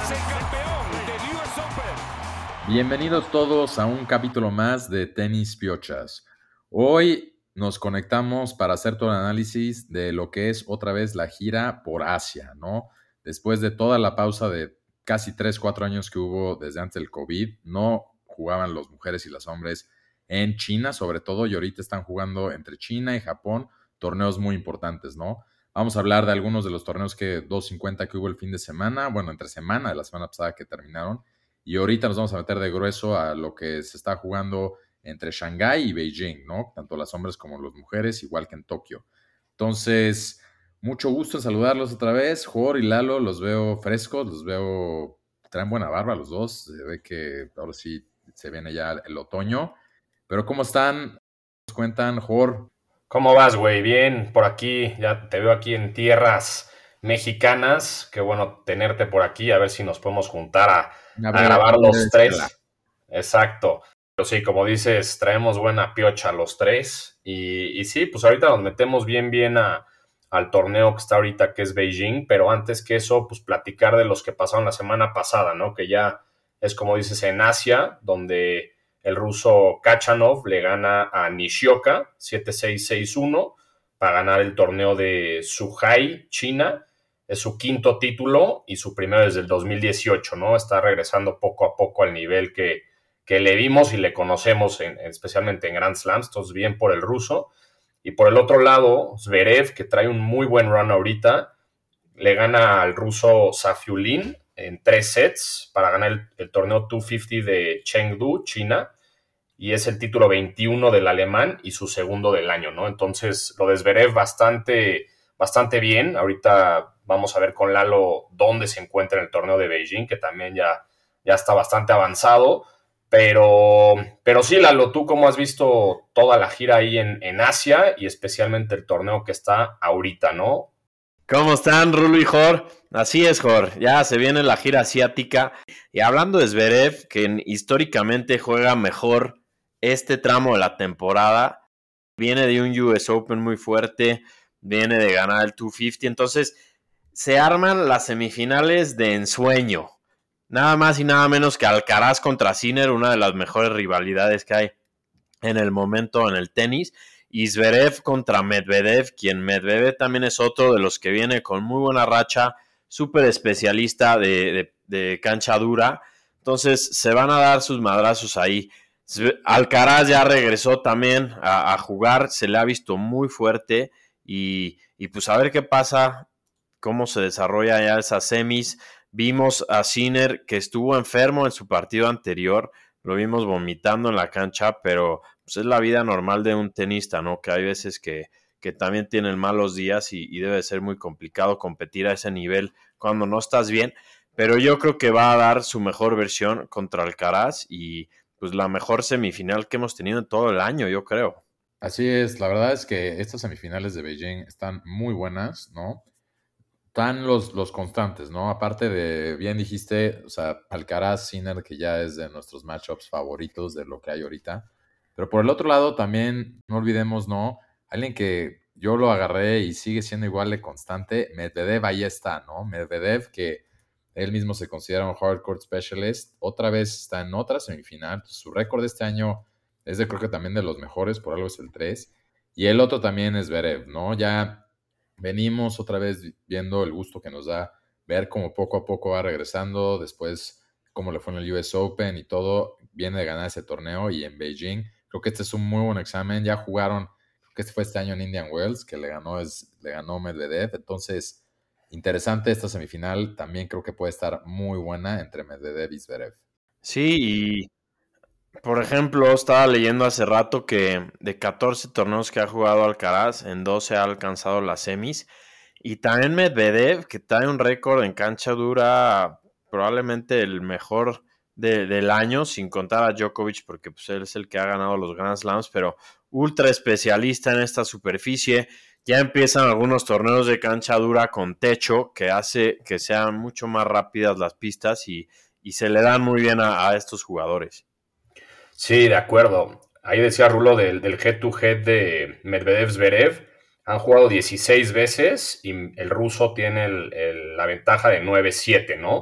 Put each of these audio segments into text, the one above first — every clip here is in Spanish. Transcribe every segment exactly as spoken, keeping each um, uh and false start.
es el campeón del U S Open. Bienvenidos todos a un capítulo más de Tenis Piochas. Hoy nos conectamos para hacer todo el análisis de lo que es otra vez la gira por Asia, ¿no? Después de toda la pausa de casi tres, cuatro años que hubo desde antes del COVID, no jugaban las mujeres y los hombres en China, sobre todo, y ahorita están jugando entre China y Japón torneos muy importantes, ¿no? Vamos a hablar de algunos de los torneos que doscientos cincuenta que hubo el fin de semana, bueno, entre semana de la semana pasada que terminaron, y ahorita nos vamos a meter de grueso a lo que se está jugando entre Shanghái y Beijing, ¿no? Tanto las hombres como las mujeres, igual que en Tokio. Entonces, mucho gusto en saludarlos otra vez. Jor y Lalo, los veo frescos, los veo, traen buena barba los dos. Se ve que ahora sí se viene ya el otoño. Pero ¿cómo están? ¿Nos cuentan, Jor? ¿Cómo vas, güey? Bien, por aquí, ya te veo aquí en tierras mexicanas. Qué bueno tenerte por aquí, a ver si nos podemos juntar a, a grabar los tres. Exacto. Pero sí, como dices, traemos buena piocha los tres. Y, y sí, pues ahorita nos metemos bien, bien a, al torneo que está ahorita, que es Beijing. Pero antes que eso, pues platicar de los que pasaron la semana pasada, ¿no? Que ya es, como dices, en Asia, donde el ruso Kachanov le gana a Nishioka siete seis seis uno para ganar el torneo de Zhuhai, China. Es su quinto título y su primero desde el dos mil dieciocho, ¿no? Está regresando poco a poco al nivel que, que le vimos y le conocemos, en, especialmente en Grand Slams. Entonces, bien por el ruso. Y por el otro lado, Zverev, que trae un muy buen run ahorita, le gana al ruso Safiulin en tres sets para ganar el, el torneo doscientos cincuenta de Chengdu, China, y es el título veintiuno del alemán y su segundo del año, ¿no? Entonces, lo de Zverev bastante, bastante bien. Ahorita vamos a ver con Lalo dónde se encuentra en el torneo de Beijing, que también ya, ya está bastante avanzado. Pero, pero sí, Lalo, ¿tú cómo has visto toda la gira ahí en, en Asia y especialmente el torneo que está ahorita, ¿no? ¿Cómo están, Rulo y Jor? Así es, Jor. Ya se viene la gira asiática. Y hablando de Zverev, que históricamente juega mejor este tramo de la temporada, viene de un U S Open muy fuerte, viene de ganar el doscientos cincuenta, entonces se arman las semifinales de ensueño. Nada más y nada menos que Alcaraz contra Sinner, una de las mejores rivalidades que hay en el momento en el tenis. Y Zverev contra Medvedev, quien Medvedev también es otro de los que viene con muy buena racha, súper especialista de, de, de cancha dura. Entonces se van a dar sus madrazos ahí. Alcaraz ya regresó también a, a jugar, se le ha visto muy fuerte y, y pues a ver qué pasa, cómo se desarrolla ya esas semis. Vimos a Sinner que estuvo enfermo en su partido anterior, lo vimos vomitando en la cancha, pero pues es la vida normal de un tenista, ¿no? Que hay veces que, que también tienen malos días y, y debe ser muy complicado competir a ese nivel cuando no estás bien, pero yo creo que va a dar su mejor versión contra Alcaraz y pues la mejor semifinal que hemos tenido en todo el año, yo creo. Así es, la verdad es que estas semifinales de Beijing están muy buenas, ¿no? Están los, los constantes, ¿no? Aparte de, bien dijiste, o sea, Alcaraz, Sinner, que ya es de nuestros matchups favoritos de lo que hay ahorita. Pero por el otro lado también, no olvidemos, ¿no? Alguien que yo lo agarré y sigue siendo igual de constante, Medvedev ahí está, ¿no? Medvedev, que él mismo se considera un hardcore specialist, otra vez está en otra semifinal. Su récord de este año es de creo que también de los mejores, por algo es el tres. Y el otro también es Zverev, ¿no? Ya venimos otra vez viendo el gusto que nos da ver cómo poco a poco va regresando, después cómo le fue en el U S Open y todo, viene de ganar ese torneo y en Beijing. Creo que este es un muy buen examen. Ya jugaron, creo que este fue este año en Indian Wells, que le ganó, es, le ganó Medvedev. Entonces, interesante esta semifinal. También creo que puede estar muy buena entre Medvedev y Zverev. Sí, y por ejemplo, estaba leyendo hace rato que de catorce torneos que ha jugado Alcaraz, en doce ha alcanzado las semis. Y también Medvedev, que trae un récord en cancha dura, probablemente el mejor de, del año, sin contar a Djokovic, porque pues, él es el que ha ganado los Grand Slams, pero ultra especialista en esta superficie. Ya empiezan algunos torneos de cancha dura con techo, que hace que sean mucho más rápidas las pistas y, y se le dan muy bien a, a estos jugadores. Sí, de acuerdo. Ahí decía Rulo del, del head-to-head de Medvedev-Zverev. Han jugado dieciséis veces y el ruso tiene el, el, la ventaja de nueve siete, ¿no?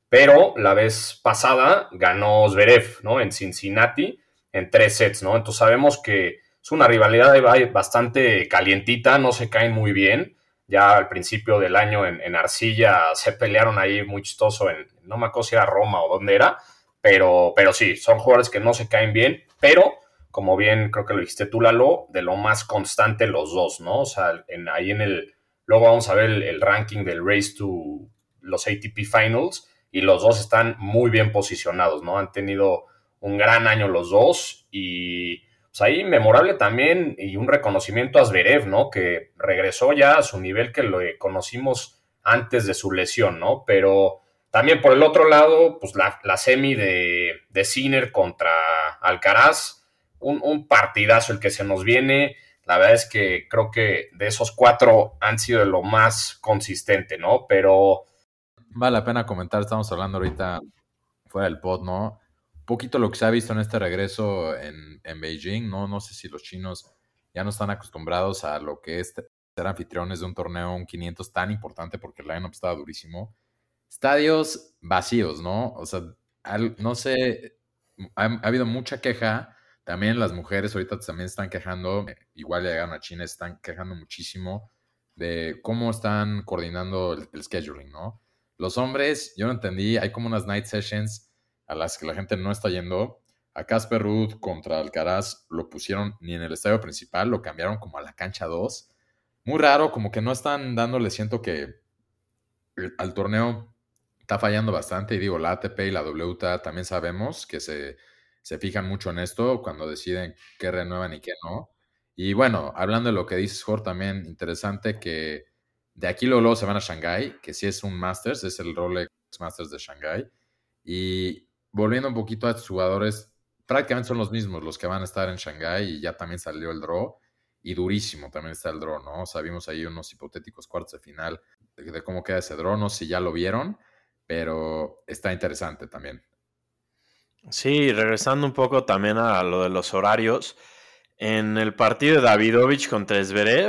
pero la vez pasada ganó Zverev, ¿no? En Cincinnati, en tres sets, ¿no? Entonces sabemos que es una rivalidad bastante calientita, no se caen muy bien. Ya al principio del año en, en Arcilla se pelearon ahí muy chistoso, en, no me acuerdo si era Roma o dónde era, pero, pero sí, son jugadores que no se caen bien, pero como bien creo que lo dijiste tú, Lalo, de lo más constante los dos, ¿no? O sea, en, ahí en el, luego vamos a ver el, el ranking del Race to los A T P Finals, y los dos están muy bien posicionados, ¿no? Han tenido un gran año los dos, y pues ahí memorable también, y un reconocimiento a Zverev, ¿no? Que regresó ya a su nivel que lo conocimos antes de su lesión, ¿no? Pero también por el otro lado, pues la, la semi de, de Sinner contra Alcaraz, un, un partidazo el que se nos viene. La verdad es que creo que de esos cuatro han sido de lo más consistente, ¿no? Pero vale la pena comentar, estamos hablando ahorita fuera del pod, ¿no? Un poquito lo que se ha visto en este regreso en, en Beijing, ¿no? No sé si los chinos ya no están acostumbrados a lo que es ser anfitriones de un torneo, un quinientos tan importante, porque el line-up estaba durísimo. Estadios vacíos, ¿no? O sea, al, no sé, ha, ha, habido mucha queja. También las mujeres ahorita también están quejando, igual ya llegaron a China, están quejando muchísimo de cómo están coordinando el, el scheduling, ¿no? Los hombres, yo no entendí, hay como unas night sessions a las que la gente no está yendo. A Casper Ruud contra Alcaraz lo pusieron ni en el estadio principal, lo cambiaron como a la cancha dos. Muy raro, como que no están dándole, siento que al torneo está fallando bastante. Y digo, la A T P y la W T A también sabemos que se, se fijan mucho en esto cuando deciden qué renuevan y qué no. Y bueno, hablando de lo que dices, Jorge, también interesante que de aquí luego, luego se van a Shanghái, que sí es un Masters, es el Rolex Masters de Shanghái. Y volviendo un poquito a estos jugadores, prácticamente son los mismos los que van a estar en Shanghái, y ya también salió el draw, y durísimo también está el draw, ¿no? O sea, vimos ahí unos hipotéticos cuartos de final de, de cómo queda ese draw, no sé si ya lo vieron, pero está interesante también. Sí, regresando un poco también a lo de los horarios, en el partido de Davidovich contra Zverev,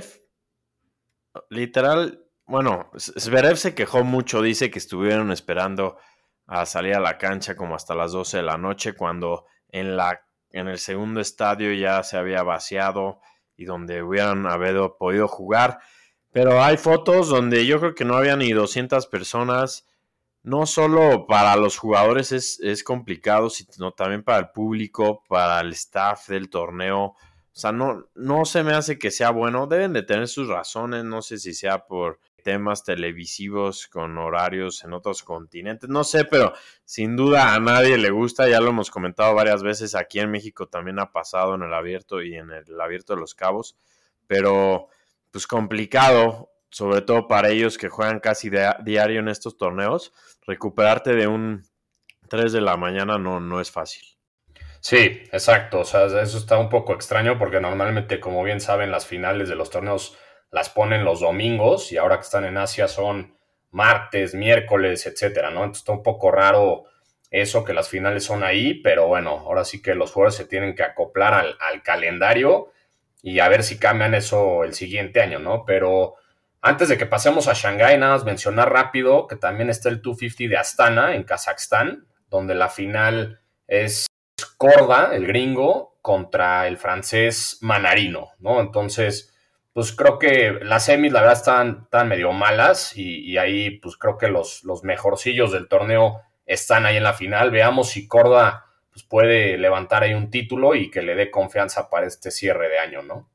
literal, bueno, Zverev se quejó mucho, dice que estuvieron esperando a salir a la cancha como hasta las doce de la noche, cuando en, la, en el segundo estadio ya se había vaciado y donde hubieran habido podido jugar. Pero hay fotos donde yo creo que no había ni doscientas personas. No solo para los jugadores es, es complicado, sino también para el público, para el staff del torneo. O sea, no, no se me hace que sea bueno. Deben de tener sus razones. No sé si sea por temas televisivos con horarios en otros continentes. No sé, pero sin duda a nadie le gusta. Ya lo hemos comentado varias veces. Aquí en México también ha pasado en el Abierto y en el Abierto de los Cabos. Pero pues complicado, sobre todo para ellos que juegan casi de, diario en estos torneos. Recuperarte de un tres de la mañana no, no es fácil. Sí, exacto. O sea, eso está un poco extraño porque normalmente, como bien saben, las finales de los torneos las ponen los domingos, y ahora que están en Asia son martes, miércoles, etcétera, ¿no? Entonces está un poco raro eso, que las finales son ahí, pero bueno, ahora sí que los jugadores se tienen que acoplar al, al calendario y a ver si cambian eso el siguiente año, ¿no? Pero antes de que pasemos a Shanghái, nada más mencionar rápido que también está el doscientos cincuenta de Astana en Kazajstán, donde la final es Korda, el gringo, contra el francés Manarino, ¿no? Entonces, pues creo que las semis, la verdad, están, están medio malas, y, y ahí, pues creo que los, los mejorcillos del torneo están ahí en la final. Veamos si Korda pues, puede levantar ahí un título y que le dé confianza para este cierre de año, ¿no?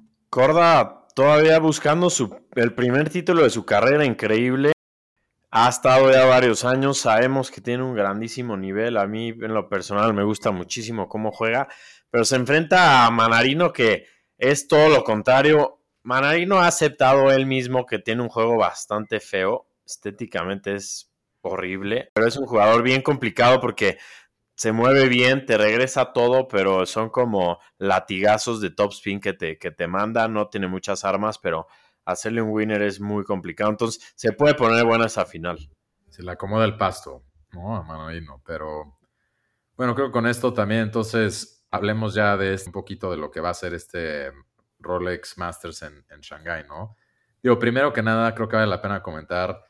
Korda todavía buscando su, el primer título de su carrera, increíble. Ha estado ya varios años, sabemos que tiene un grandísimo nivel. A mí, en lo personal, me gusta muchísimo cómo juega, pero se enfrenta a Manarino, que es todo lo contrario. Manarino ha aceptado él mismo que tiene un juego bastante feo, estéticamente es horrible, pero es un jugador bien complicado porque se mueve bien, te regresa todo, pero son como latigazos de topspin que te, que te manda. No tiene muchas armas, pero hacerle un winner es muy complicado. Entonces, se puede poner buena esa final. Se le acomoda el pasto, ¿no? A Manarino, pero bueno, creo que con esto también, entonces, hablemos ya de este, un poquito de lo que va a ser este Rolex Masters en, en Shanghái, ¿no? Digo, primero que nada, creo que vale la pena comentar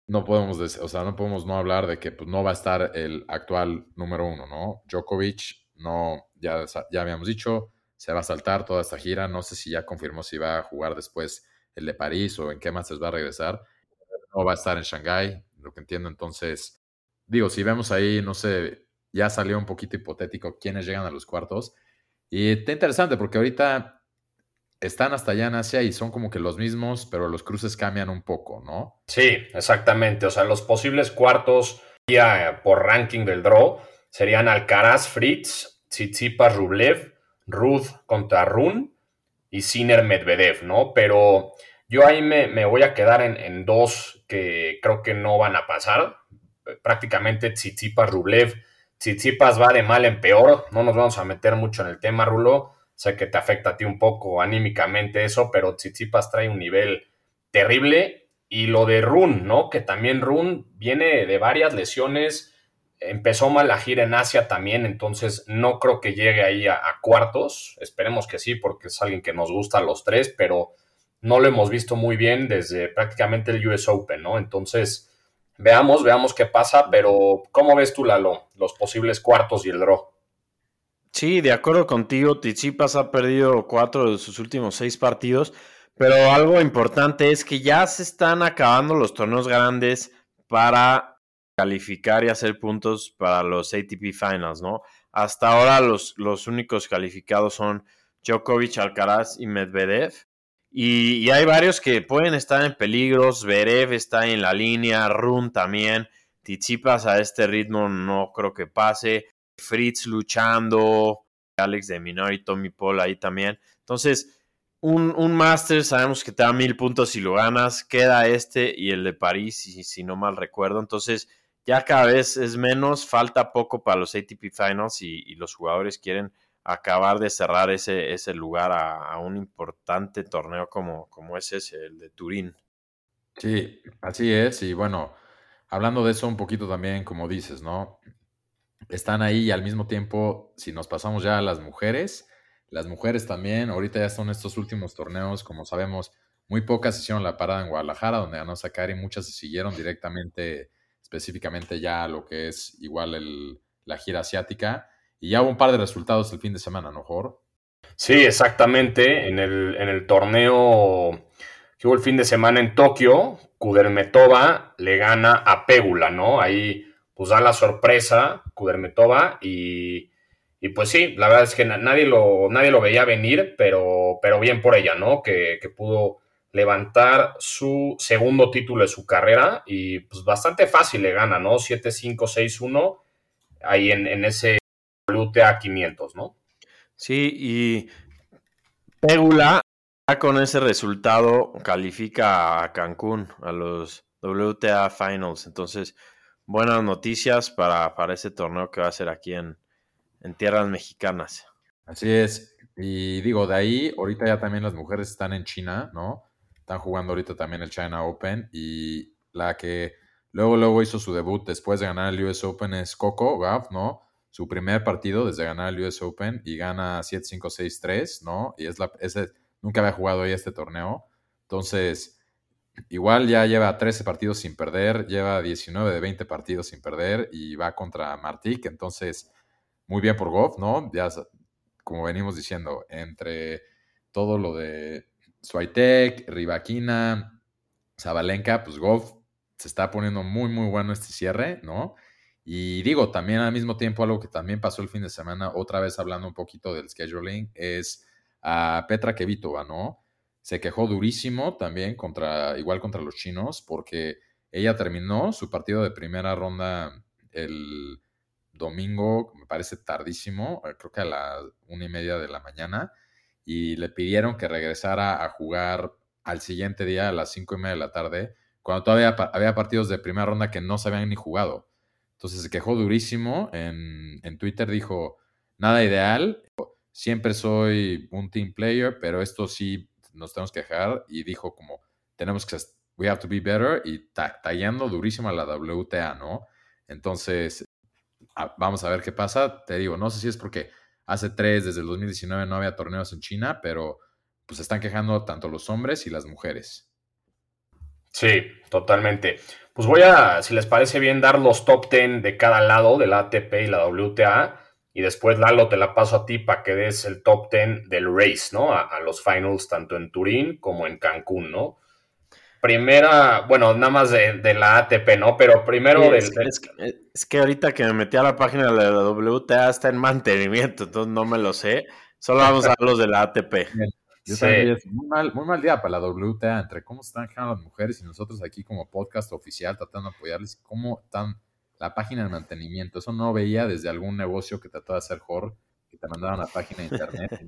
no podemos, decir, o sea, no podemos no hablar de que pues, no va a estar el actual número uno, ¿no? Djokovic, no, ya, ya habíamos dicho, se va a saltar toda esta gira. No sé si ya confirmó si va a jugar después el de París o en qué más va a regresar. No va a estar en Shanghái, lo que entiendo. Entonces, digo, si vemos ahí, no sé, ya salió un poquito hipotético quiénes llegan a los cuartos. Y está interesante porque ahorita están hasta allá en Asia y son como que los mismos, pero los cruces cambian un poco, ¿no? Sí, exactamente. O sea, los posibles cuartos ya por ranking del draw serían Alcaraz, Fritz, Tsitsipas, Rublev, Ruth contra Rune y Sinner, Medvedev, ¿no? Pero yo ahí me, me voy a quedar en, en dos que creo que no van a pasar. Prácticamente Tsitsipas, Rublev. Tsitsipas va de mal en peor. No nos vamos a meter mucho en el tema, Rulo. Sé que te afecta a ti un poco anímicamente eso, pero Tsitsipas trae un nivel terrible. Y lo de Rune, ¿no? Que también Rune viene de varias lesiones. Empezó mal la gira en Asia también, entonces no creo que llegue ahí a, a cuartos. Esperemos que sí, porque es alguien que nos gusta a los tres, pero no lo hemos visto muy bien desde prácticamente el U S Open, ¿no? Entonces, veamos, veamos qué pasa, pero ¿cómo ves tú, Lalo, los posibles cuartos y el draw? Sí, de acuerdo contigo, Tsitsipas ha perdido cuatro de sus últimos seis partidos, pero algo importante es que ya se están acabando los torneos grandes para calificar y hacer puntos para los A T P Finals, ¿no? Hasta ahora los, los únicos calificados son Djokovic, Alcaraz y Medvedev. Y, y hay varios que pueden estar en peligro. Zverev está en la línea, Rune también. Tsitsipas a este ritmo no creo que pase. Fritz luchando, Alex de Minaur, Tommy Paul ahí también. Entonces, un, un Masters sabemos que te da mil puntos si lo ganas. Queda este y el de París, si, si no mal recuerdo. Entonces, ya cada vez es menos, falta poco para los A T P Finals y, y los jugadores quieren acabar de cerrar ese, ese lugar a, a un importante torneo como, como es ese, el de Turín. Sí, así es. Y bueno, hablando de eso un poquito también, como dices, ¿no? Están ahí y al mismo tiempo, si nos pasamos ya a las mujeres, las mujeres también, ahorita ya son estos últimos torneos, como sabemos, muy pocas hicieron la parada en Guadalajara, donde ganó Sakkari, muchas se siguieron directamente, específicamente ya a lo que es igual el, la gira asiática, y ya hubo un par de resultados el fin de semana, ¿no, Jor? Sí, exactamente. En el, en el torneo que hubo el fin de semana en Tokio, Kudermetova le gana a Pegula, ¿no? Ahí pues da la sorpresa Kudermetova y, y pues sí, la verdad es que nadie lo, nadie lo veía venir, pero, pero bien por ella, ¿no? Que, que pudo levantar su segundo título de su carrera y pues bastante fácil le gana, ¿no? siete cinco seis uno ahí en, en ese W T A quinientos, ¿no? Sí, y Pegula ya con ese resultado califica a Cancún, a los W T A Finals. Entonces, buenas noticias para, para ese torneo que va a ser aquí en, en tierras mexicanas. Así es. Y digo, de ahí, ahorita ya también las mujeres están en China, ¿no? Están jugando ahorita también el China Open. Y la que luego, luego hizo su debut después de ganar el U S Open es Coco Gauff, ¿no? Su primer partido desde ganar el U S Open y gana siete cinco seis tres, ¿no? Y es la, ese, nunca había jugado ahí este torneo. Entonces, igual ya lleva trece partidos sin perder, lleva diecinueve de veinte partidos sin perder y va contra Martic. Entonces, muy bien por Goff, ¿no? Ya, como venimos diciendo, entre todo lo de Swiatek, Rybakina, Zabalenka, pues Goff se está poniendo muy, muy bueno este cierre, ¿no? Y digo, también al mismo tiempo, algo que también pasó el fin de semana, otra vez hablando un poquito del scheduling, es a Petra Kvitova, ¿no? Se quejó durísimo también contra, igual contra los chinos, porque ella terminó su partido de primera ronda el domingo, me parece tardísimo, creo que a las una y media de la mañana, y le pidieron que regresara a jugar al siguiente día a las cinco y media de la tarde, cuando todavía había partidos de primera ronda que no se habían ni jugado. Entonces se quejó durísimo, en, en Twitter dijo, nada ideal, siempre soy un team player, pero esto sí nos tenemos que quejar, y dijo como, tenemos que, we have to be better, y ta tallando durísimo a la W T A, ¿no? Entonces, vamos a ver qué pasa. Te digo, no sé si es porque hace tres, desde el dos mil diecinueve no había torneos en China, pero pues se están quejando tanto los hombres y las mujeres. Sí, totalmente. Pues voy a, si les parece bien, dar los top diez de cada lado, de la A T P y la W T A, y después, Lalo, te la paso a ti para que des el top diez del race, ¿no? A, a los finals, tanto en Turín como en Cancún, ¿no? Primera, bueno, nada más de, de la A T P, ¿no? Pero primero sí, del... es, es, que, es que ahorita que me metí a la página de la W T A está en mantenimiento, entonces no me lo sé. Solo vamos a ver los de la A T P. Yo sí. también es muy mal, muy mal día para la W T A, entre cómo están quedando las mujeres y nosotros aquí como podcast oficial tratando de apoyarles, cómo están la página de mantenimiento. Eso no veía desde algún negocio que trató de hacer Jorge, que te mandaban a la página de internet.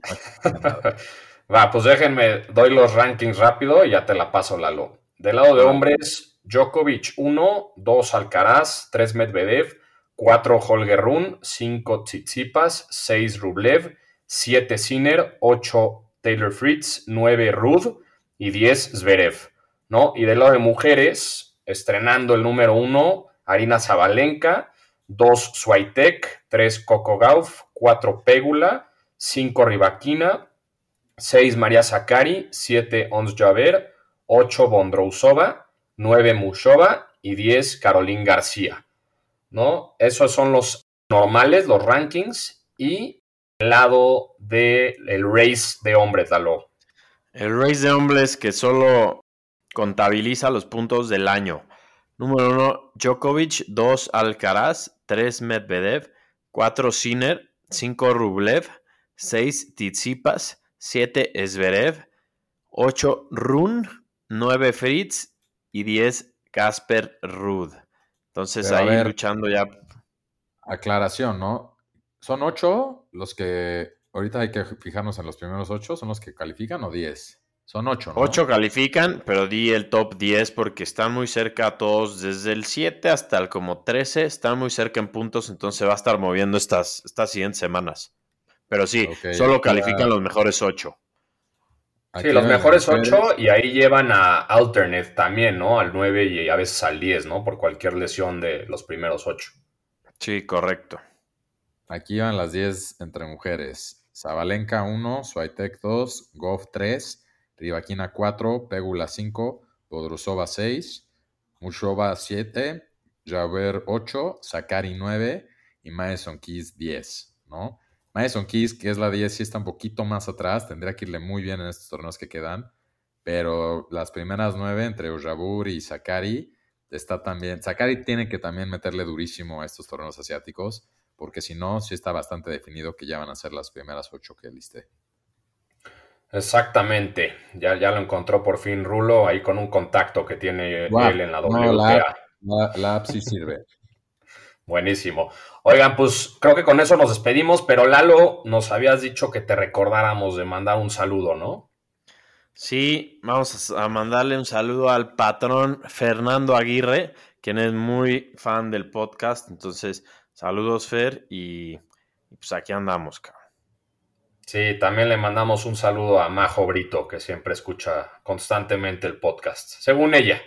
Va, pues déjenme, doy los rankings rápido y ya te la paso, Lalo. Del lado de hombres, Djokovic uno, dos Alcaraz, tres Medvedev, cuatro Holger Rune, cinco Tsitsipas, seis Rublev, siete Sinner, ocho Taylor Fritz, nueve Ruud y diez Zverev, ¿no? Y del lado de mujeres, estrenando el número uno, Aryna Sabalenka, dos Swiatek, tres Coco Gauff, cuatro Pegula, cinco Rybakina, seis Maria Sakkari, siete Ons Jabeur, ocho Vondrousova, nueve Mushova y diez Caroline García, ¿no? Esos son los normales, los rankings, y el lado del race de hombres, Lalo. El race de hombres que solo contabiliza los puntos del año. Número uno, Djokovic, dos Alcaraz, tres Medvedev, cuatro Sinner, cinco Rublev, seis Tsitsipas, siete Zverev, ocho Rune, nueve Fritz y diez Casper Ruud. Entonces Pero ahí ver, luchando ya. Aclaración, ¿no? ¿Son ocho los que ahorita hay que fijarnos en los primeros ocho? ¿Son los que califican o diez? Son ocho, ¿no? ocho califican, pero di el top diez porque están muy cerca a todos, desde el siete hasta el como trece, están muy cerca en puntos, entonces va a estar moviendo estas, estas siguientes semanas. Pero sí, okay, solo califican a... los mejores ocho. Sí, los mejores ocho y ahí llevan a alternate también, ¿no? Al nueve y a veces al diez, ¿no? Por cualquier lesión de los primeros ocho. Sí, correcto. Aquí van las diez entre mujeres. Sabalenka uno, Swiatek dos, Gauff tres, Rybakina cuatro, Pegula cinco, Vondrousova seis, Mushova siete, Jabeur ocho, Sakkari nueve y Madison Keys diez, ¿no? Madison Keys, que es la diez, sí está un poquito más atrás, tendría que irle muy bien en estos torneos que quedan, pero las primeras nueve entre Jabeur y Sakkari está también, Sakkari tiene que también meterle durísimo a estos torneos asiáticos, porque si no, sí está bastante definido que ya van a ser las primeras ocho que listé. Exactamente, ya, ya lo encontró por fin Rulo, ahí con un contacto que tiene wow, él en la W T A. No, la, la, la app sí sirve. Buenísimo. Oigan, pues creo que con eso nos despedimos, pero Lalo, nos habías dicho que te recordáramos de mandar un saludo, ¿no? Sí, vamos a mandarle un saludo al patrón Fernando Aguirre, quien es muy fan del podcast, entonces saludos Fer y, y pues aquí andamos, cabrón. Sí, también le mandamos un saludo a Majo Brito, que siempre escucha constantemente el podcast, según ella.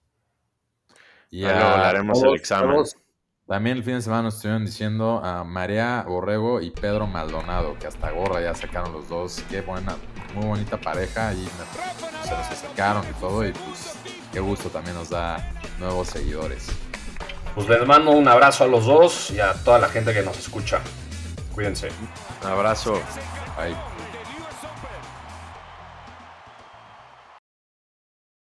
Y ya luego le haremos todos, el examen. Todos, también el fin de semana nos estuvieron diciendo a María Borrego y Pedro Maldonado, que hasta gorra ya sacaron los dos. Qué buena, muy bonita pareja. Y se nos acercaron y todo. Y pues qué gusto también nos da nuevos seguidores. Pues les mando un abrazo a los dos y a toda la gente que nos escucha. Cuídense. Un abrazo. Bye.